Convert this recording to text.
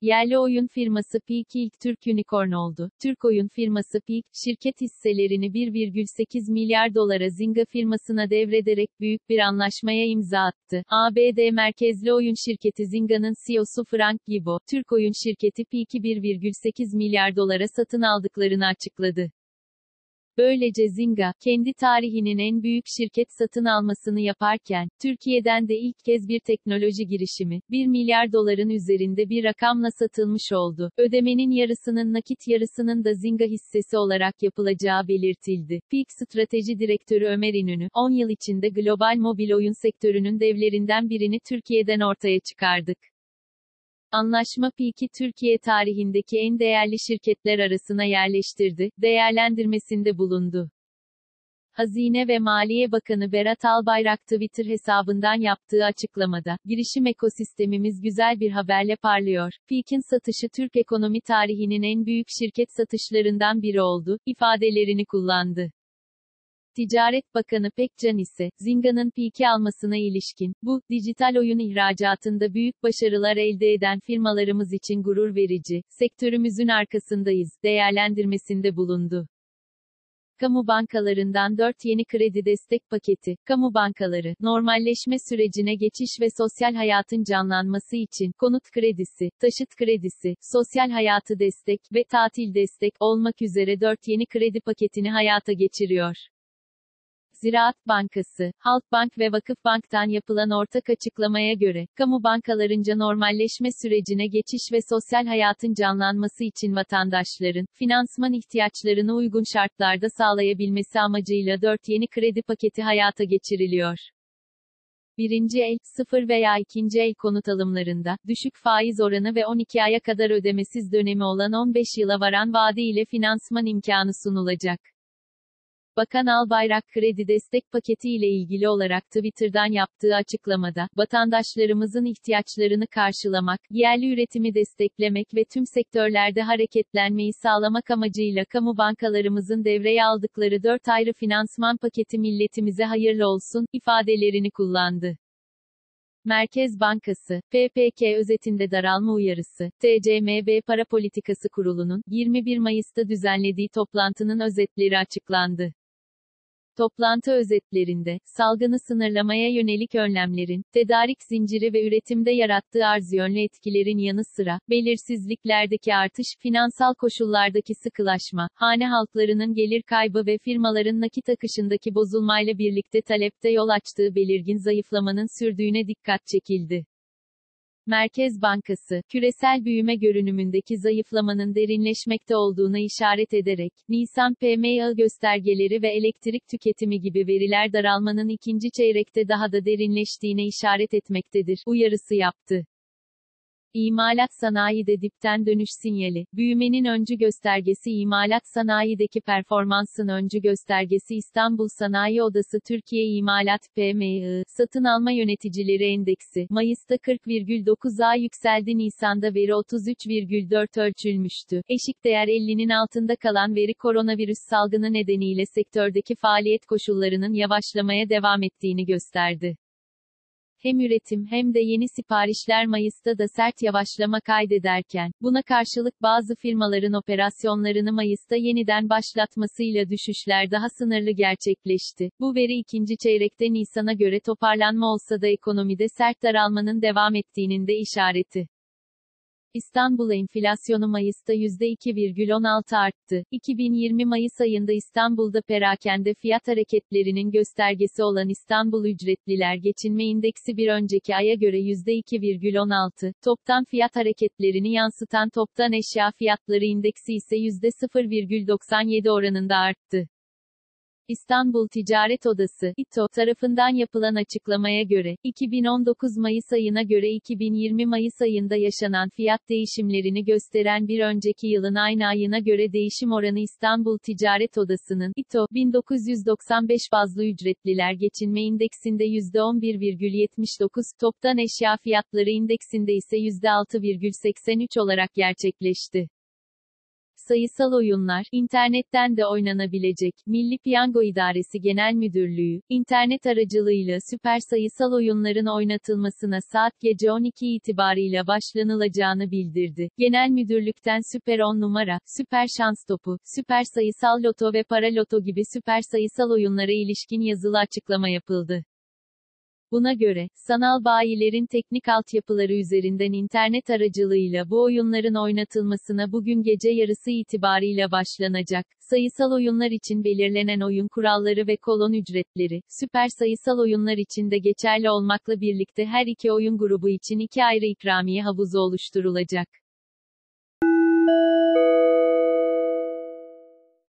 Yerli oyun firması Peak ilk Türk unicorn oldu. Türk oyun firması Peak, şirket hisselerini 1,8 milyar dolara Zynga firmasına devrederek büyük bir anlaşmaya imza attı. ABD merkezli oyun şirketi Zynga'nın CEO'su Frank Gibo, Türk oyun şirketi Peak'i 1,8 milyar dolara satın aldıklarını açıkladı. Böylece Zynga, kendi tarihinin en büyük şirket satın almasını yaparken, Türkiye'den de ilk kez bir teknoloji girişimi, 1 milyar doların üzerinde bir rakamla satılmış oldu. Ödemenin yarısının nakit yarısının da Zynga hissesi olarak yapılacağı belirtildi. Peak Strateji Direktörü Ömer İnönü, 10 yıl içinde global mobil oyun sektörünün devlerinden birini Türkiye'den ortaya çıkardık. Anlaşma Peak'i Türkiye tarihindeki en değerli şirketler arasına yerleştirdi, değerlendirmesinde bulundu. Hazine ve Maliye Bakanı Berat Albayrak Twitter hesabından yaptığı açıklamada, girişim ekosistemimiz güzel bir haberle parlıyor. Peak'in satışı Türk ekonomi tarihinin en büyük şirket satışlarından biri oldu, ifadelerini kullandı. Ticaret Bakanı Pekcan ise, Zynga'nın Peak'i almasına ilişkin, bu, dijital oyun ihracatında büyük başarılar elde eden firmalarımız için gurur verici, sektörümüzün arkasındayız, değerlendirmesinde bulundu. Kamu bankalarından 4 yeni kredi destek paketi, kamu bankaları, normalleşme sürecine geçiş ve sosyal hayatın canlanması için, konut kredisi, taşıt kredisi, sosyal hayatı destek ve tatil destek olmak üzere 4 yeni kredi paketini hayata geçiriyor. Ziraat Bankası, Halkbank ve Vakıfbank'tan yapılan ortak açıklamaya göre, kamu bankalarınca normalleşme sürecine geçiş ve sosyal hayatın canlanması için vatandaşların, finansman ihtiyaçlarını uygun şartlarda sağlayabilmesi amacıyla 4 yeni kredi paketi hayata geçiriliyor. Birinci el, sıfır veya ikinci el konut alımlarında, düşük faiz oranı ve 12 aya kadar ödemesiz dönemi olan 15 yıla varan vade ile finansman imkanı sunulacak. Bakan Albayrak kredi destek paketi ile ilgili olarak Twitter'dan yaptığı açıklamada, vatandaşlarımızın ihtiyaçlarını karşılamak, yerli üretimi desteklemek ve tüm sektörlerde hareketlenmeyi sağlamak amacıyla kamu bankalarımızın devreye aldıkları 4 ayrı finansman paketi milletimize hayırlı olsun, ifadelerini kullandı. Merkez Bankası, PPK özetinde daralma uyarısı, TCMB Para Politikası Kurulu'nun, 21 Mayıs'ta düzenlediği toplantının özetleri açıklandı. Toplantı özetlerinde, salgını sınırlamaya yönelik önlemlerin, tedarik zinciri ve üretimde yarattığı arz yönlü etkilerin yanı sıra, belirsizliklerdeki artış, finansal koşullardaki sıkılaşma, hane halklarının gelir kaybı ve firmaların nakit akışındaki bozulmayla birlikte talepte yol açtığı belirgin zayıflamanın sürdüğüne dikkat çekildi. Merkez Bankası, küresel büyüme görünümündeki zayıflamanın derinleşmekte olduğuna işaret ederek, Nisan PMI göstergeleri ve elektrik tüketimi gibi veriler daralmanın ikinci çeyrekte daha da derinleştiğine işaret etmektedir, uyarısı yaptı. İmalat sanayide dipten dönüş sinyali, büyümenin öncü göstergesi imalat sanayideki performansın öncü göstergesi İstanbul Sanayi Odası Türkiye İmalat PMI, Satın Alma Yöneticileri Endeksi, Mayıs'ta 40,9'a yükseldi. Nisan'da veri 33,4 ölçülmüştü. Eşik değer 50'nin altında kalan veri koronavirüs salgını nedeniyle sektördeki faaliyet koşullarının yavaşlamaya devam ettiğini gösterdi. Hem üretim hem de yeni siparişler Mayıs'ta da sert yavaşlama kaydederken, buna karşılık bazı firmaların operasyonlarını Mayıs'ta yeniden başlatmasıyla düşüşler daha sınırlı gerçekleşti. Bu veri ikinci çeyrekte Nisan'a göre toparlanma olsa da ekonomide sert daralmanın devam ettiğinin de işareti. İstanbul enflasyonu Mayıs'ta %2,16 arttı. 2020 Mayıs ayında İstanbul'da perakende fiyat hareketlerinin göstergesi olan İstanbul Ücretliler Geçinme İndeksi bir önceki aya göre %2,16, toptan fiyat hareketlerini yansıtan toptan eşya fiyatları indeksi ise %0,97 oranında arttı. İstanbul Ticaret Odası, İTO, tarafından yapılan açıklamaya göre, 2019 Mayıs ayına göre 2020 Mayıs ayında yaşanan fiyat değişimlerini gösteren bir önceki yılın aynı ayına göre değişim oranı İstanbul Ticaret Odası'nın, İTO, 1995 bazlı ücretliler geçinme indeksinde %11,79, toptan eşya fiyatları indeksinde ise %6,83 olarak gerçekleşti. sayısal oyunlar, internetten de oynanabilecek. Milli Piyango İdaresi Genel Müdürlüğü, internet aracılığıyla süper sayısal oyunların oynatılmasına saat gece 12 itibarıyla başlanılacağını bildirdi. Genel Müdürlükten Süper 10 numara, Süper Şans Topu, Süper Sayısal Loto ve Para Loto gibi süper sayısal oyunlara ilişkin yazılı açıklama yapıldı. Buna göre, sanal bayilerin teknik altyapıları üzerinden internet aracılığıyla bu oyunların oynatılmasına bugün gece yarısı itibarıyla başlanacak. Sayısal oyunlar için belirlenen oyun kuralları ve kolon ücretleri, süper sayısal oyunlar için de geçerli olmakla birlikte her iki oyun grubu için iki ayrı ikramiye havuzu oluşturulacak.